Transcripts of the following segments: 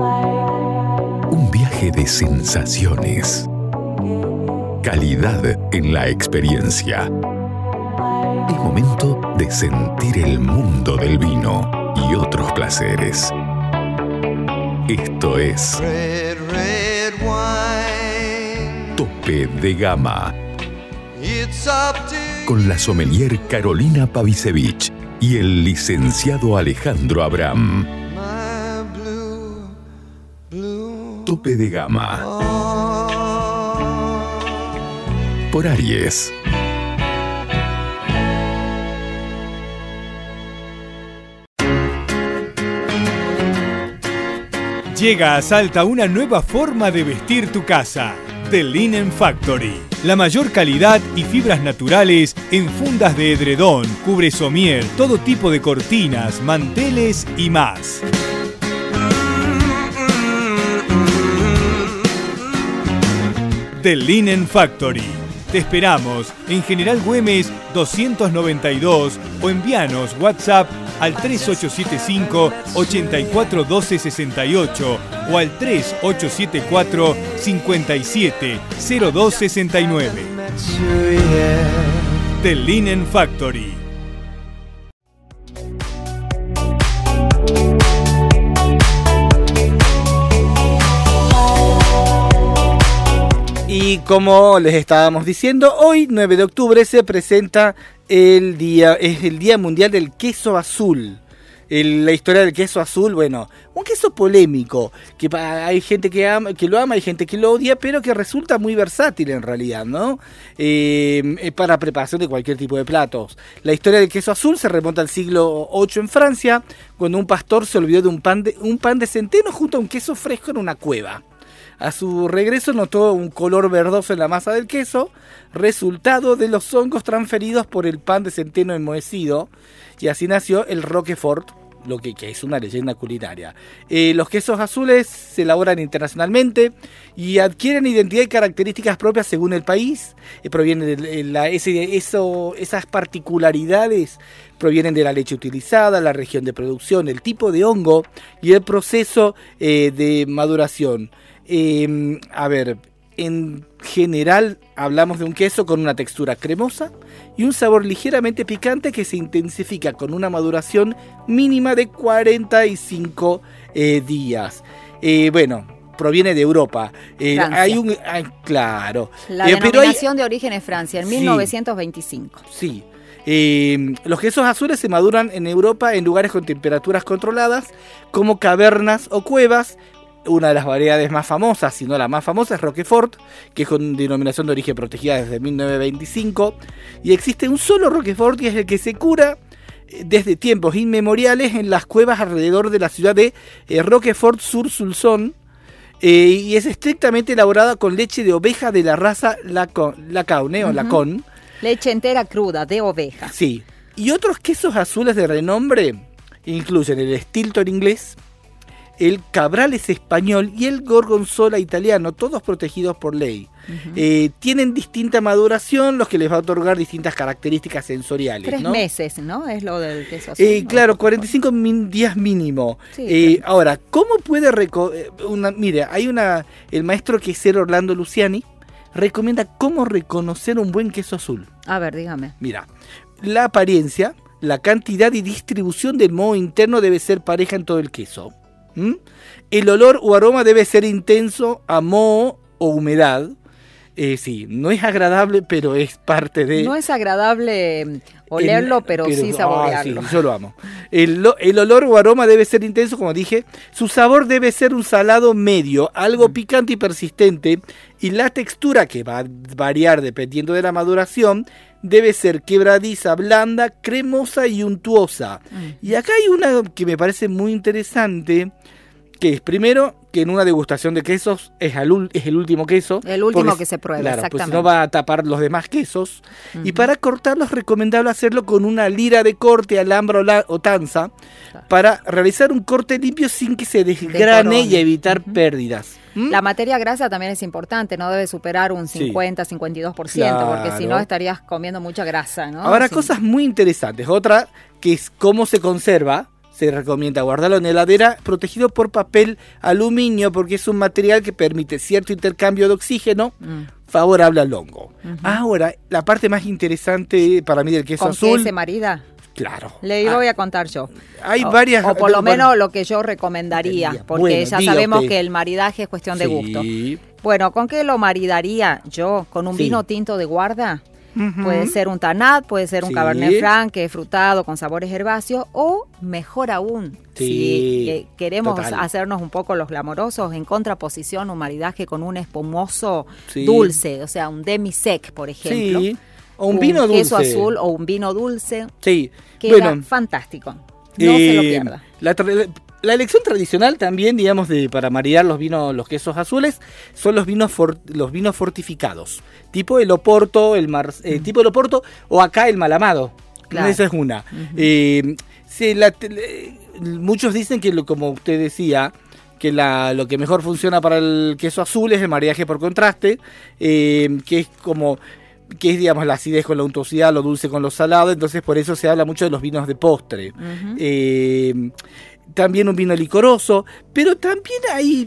Un viaje de sensaciones. Calidad en la experiencia. Es momento de sentir el mundo del vino y otros placeres. Esto es Red, red wine. Tope de Gama. It's up to Con la sommelier Carolina Pavisevich y el licenciado Alejandro Abraham. my blue, blue. Tope de Gama. Oh. Por Aries. Llega a Salta una nueva forma de vestir tu casa. The Linen Factory. La mayor calidad y fibras naturales en fundas de edredón, cubre somier, todo tipo de cortinas, manteles y más. The Linen Factory. Te esperamos en General Güemes 292 o envíanos WhatsApp al 3875 84 12 68 o al 3874 57 02 69. The Linen Factory. Y como les estábamos diciendo, hoy 9 de octubre se presenta es el Día Mundial del Queso Azul. La historia del queso azul, bueno, un queso polémico, que hay gente que lo ama, hay gente que lo odia, pero que resulta muy versátil en realidad, ¿no? Para preparación de cualquier tipo de platos. La historia del queso azul se remonta al siglo VIII en Francia, cuando un pastor se olvidó de un pan de centeno junto a un queso fresco en una cueva. A su regreso notó un color verdoso en la masa del queso, resultado de los hongos transferidos por el pan de centeno enmohecido, y así nació el Roquefort, que es una leyenda culinaria. Los quesos azules se elaboran internacionalmente y adquieren identidad y características propias según el país. Esas particularidades provienen de la leche utilizada, la región de producción, el tipo de hongo y el proceso de maduración. En general hablamos de un queso con una textura cremosa y un sabor ligeramente picante que se intensifica con una maduración mínima de 45 días. Proviene de Europa. Claro. La denominación de origen es Francia, en 1925. Sí. Los quesos azules se maduran en Europa en lugares con temperaturas controladas, como cavernas o cuevas. Una de las variedades más famosas, si no la más famosa, es Roquefort, que es con denominación de origen protegida desde 1925. Y existe un solo Roquefort, que es el que se cura desde tiempos inmemoriales en las cuevas alrededor de la ciudad de Roquefort-sur-Soulzon. Y es estrictamente elaborada con leche de oveja de la raza Lacaune o Lacon. Leche entera cruda de oveja. Sí. Y otros quesos azules de renombre incluyen el Stilton inglés, el Cabrales español y el Gorgonzola italiano, todos protegidos por ley. Tienen distinta maduración, los que les va a otorgar distintas características sensoriales. 3 meses, ¿no? Es lo del queso azul. Claro, 45 días mínimo. Sí, ahora, ¿cómo puede el maestro quesero Orlando Luciani recomienda cómo reconocer un buen queso azul? A ver, dígame. Mira, la apariencia, la cantidad y distribución del moho interno debe ser pareja en todo el queso. El olor o aroma debe ser intenso a moho o humedad. No es agradable, pero es parte de... No es agradable olerlo, pero sí saborearlo. Sí, yo lo amo. El olor o aroma debe ser intenso, como dije. Su sabor debe ser un salado medio, algo picante y persistente. Y la textura, que va a variar dependiendo de la maduración, debe ser quebradiza, blanda, cremosa y untuosa. Y acá hay una que me parece muy interesante, que es primero que en una degustación de quesos es el último queso. El último que se prueba, claro, exactamente. Pues si no va a tapar los demás quesos. Y para cortarlo es recomendable hacerlo con una lira de corte, alambre o tanza, para realizar un corte limpio sin que se desgrane y evitar pérdidas. La materia grasa también es importante, no debe superar un 50-52%, claro, porque si no estarías comiendo mucha grasa, ¿no? Ahora, cosas muy interesantes. Otra que es cómo se conserva. se recomienda guardarlo en heladera protegido por papel aluminio porque es un material que permite cierto intercambio de oxígeno favorable al hongo. Ahora, la parte más interesante para mí del queso azul... ¿Con qué se marida? Claro. Le voy a contar yo. Hay varias... O por lo menos lo que yo recomendaría, porque bueno, ya sabemos que el maridaje es cuestión de gusto. Bueno, ¿con qué lo maridaría yo? ¿Con un vino tinto de guarda? Puede ser un Tanat, puede ser un Cabernet Franc, que es frutado con sabores herbáceos, o mejor aún, si queremos hacernos un poco los glamorosos, en contraposición un maridaje con un espumoso dulce, o sea, un demi-sec, por ejemplo. Sí. O un vino dulce. Queso azul o un vino dulce. Sí. Queda fantástico. No se lo pierda. La elección tradicional también, digamos, para maridar los quesos azules, son los vinos fortificados. Tipo el Oporto, tipo el Oporto, o acá el Malamado. Claro. Esa es una. Muchos dicen que, como usted decía, que lo que mejor funciona para el queso azul es el maridaje por contraste, que es, digamos, la acidez con la untuosidad, lo dulce con lo salado, entonces por eso se habla mucho de los vinos de postre. También un vino licoroso, pero también hay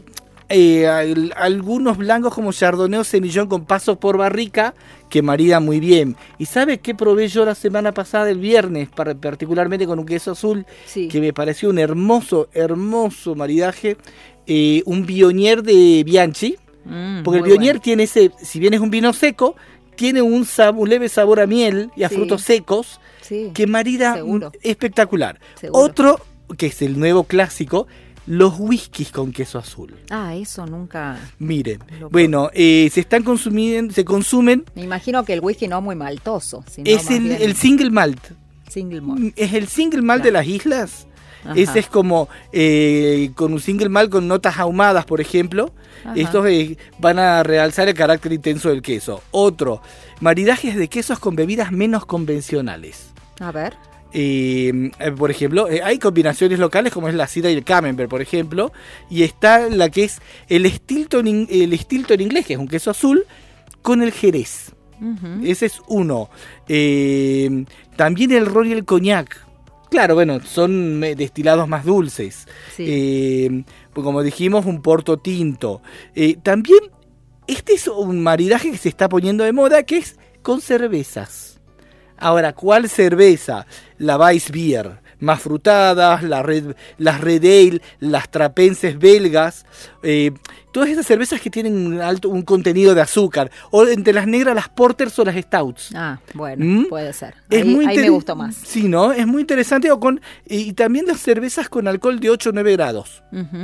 algunos blancos como Chardonnay o Semillón con paso por barrica que maridan muy bien. ¿Y sabe qué probé yo la semana pasada, el viernes, particularmente con un queso azul, que me pareció un hermoso maridaje? Un Viognier de Bianchi, porque el Viognier tiene ese, si bien es un vino seco, tiene un leve sabor a miel y a frutos secos que marida espectacular. Seguro. Otro, que es el nuevo clásico, los whiskies con queso azul. Eso nunca... Miren, bueno, se consumen... Me imagino que el whisky no muy maltoso. Sino es el single malt. Single malt. Es el single malt de las islas. Ese es como con un single malt con notas ahumadas, por ejemplo. Estos van a realzar el carácter intenso del queso. Otro, maridajes de quesos con bebidas menos convencionales. A ver. Por ejemplo, hay combinaciones locales como es la sidra y el camembert, por ejemplo, y está la que es el Stilton inglés, que es un queso azul, con el jerez. Ese es uno. También el ron y el coñac. Claro, bueno, son destilados más dulces. Como dijimos, un porto tinto. También, este es un maridaje que se está poniendo de moda, que es con cervezas. Ahora, ¿cuál cerveza? La Weissbier, más frutadas, las Red Ale, las trapenses belgas, todas esas cervezas que tienen un contenido de azúcar, o entre las negras las porters o las stouts. Bueno, puede ser. Ahí me gustó más. Sí, ¿no? Es muy interesante. Y también las cervezas con alcohol de 8 o 9 grados.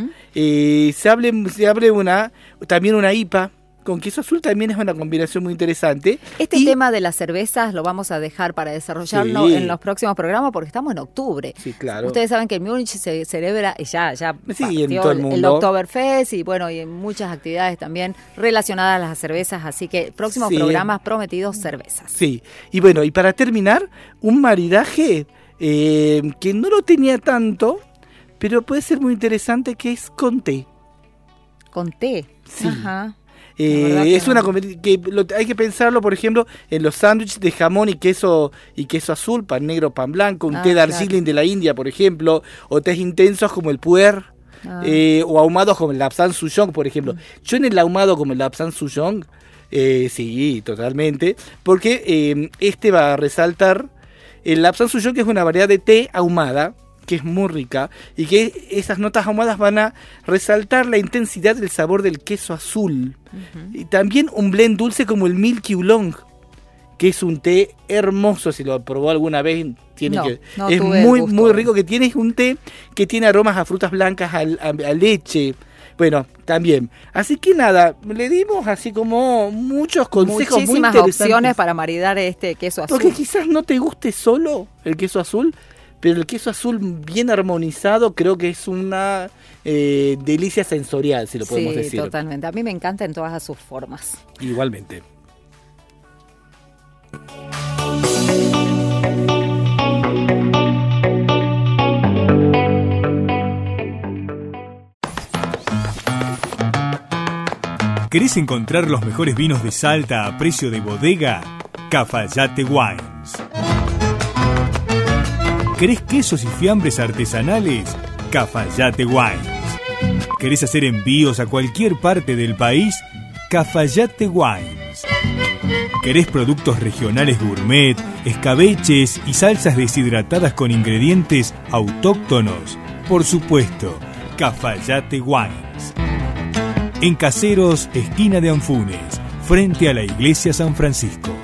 Se abre también una IPA. Con queso azul también es una combinación muy interesante. Tema de las cervezas lo vamos a dejar para desarrollarlo en los próximos programas porque estamos en octubre. Sí, claro. Ustedes saben que en Múnich se celebra, ya en todo el mundo, el Oktoberfest y muchas actividades también relacionadas a las cervezas, así que próximos programas prometidos cervezas. Sí, y bueno, y para terminar, un maridaje que no lo tenía tanto, pero puede ser muy interesante, que es con té. ¿Con té? Sí. Es una que hay que pensarlo, por ejemplo, en los sándwiches de jamón y queso azul, pan negro, pan blanco, un té Darjeeling de la India, por ejemplo, o tés intensos como el puer, o ahumados como el Lapsang Souchong, por ejemplo. Yo en el ahumado como el Lapsang Souchong, sí, totalmente, porque va a resaltar el Lapsang Souchong, que es una variedad de té ahumada, que es muy rica, y que esas notas ahumadas van a resaltar la intensidad del sabor del queso azul. Y también un blend dulce como el Milky Oolong, que es un té hermoso. Si lo probó alguna vez, es muy rico, que tiene un té que tiene aromas a frutas blancas, a leche. Bueno, también. Así que nada, le dimos así como muchos consejos. Muchísimas muy interesantes. Opciones para maridar este queso azul. Porque quizás no te guste solo el queso azul, pero el queso azul bien armonizado creo que es una delicia sensorial, si lo podemos decir. Sí, totalmente. A mí me encanta en todas sus formas. Igualmente. ¿Querés encontrar los mejores vinos de Salta a precio de bodega? Cafayate Wines. ¿Querés quesos y fiambres artesanales? Cafayate Wines. ¿Querés hacer envíos a cualquier parte del país? Cafayate Wines. ¿Querés productos regionales gourmet, escabeches y salsas deshidratadas con ingredientes autóctonos? Por supuesto, Cafayate Wines. En Caseros, esquina de Anfunes, frente a la Iglesia San Francisco.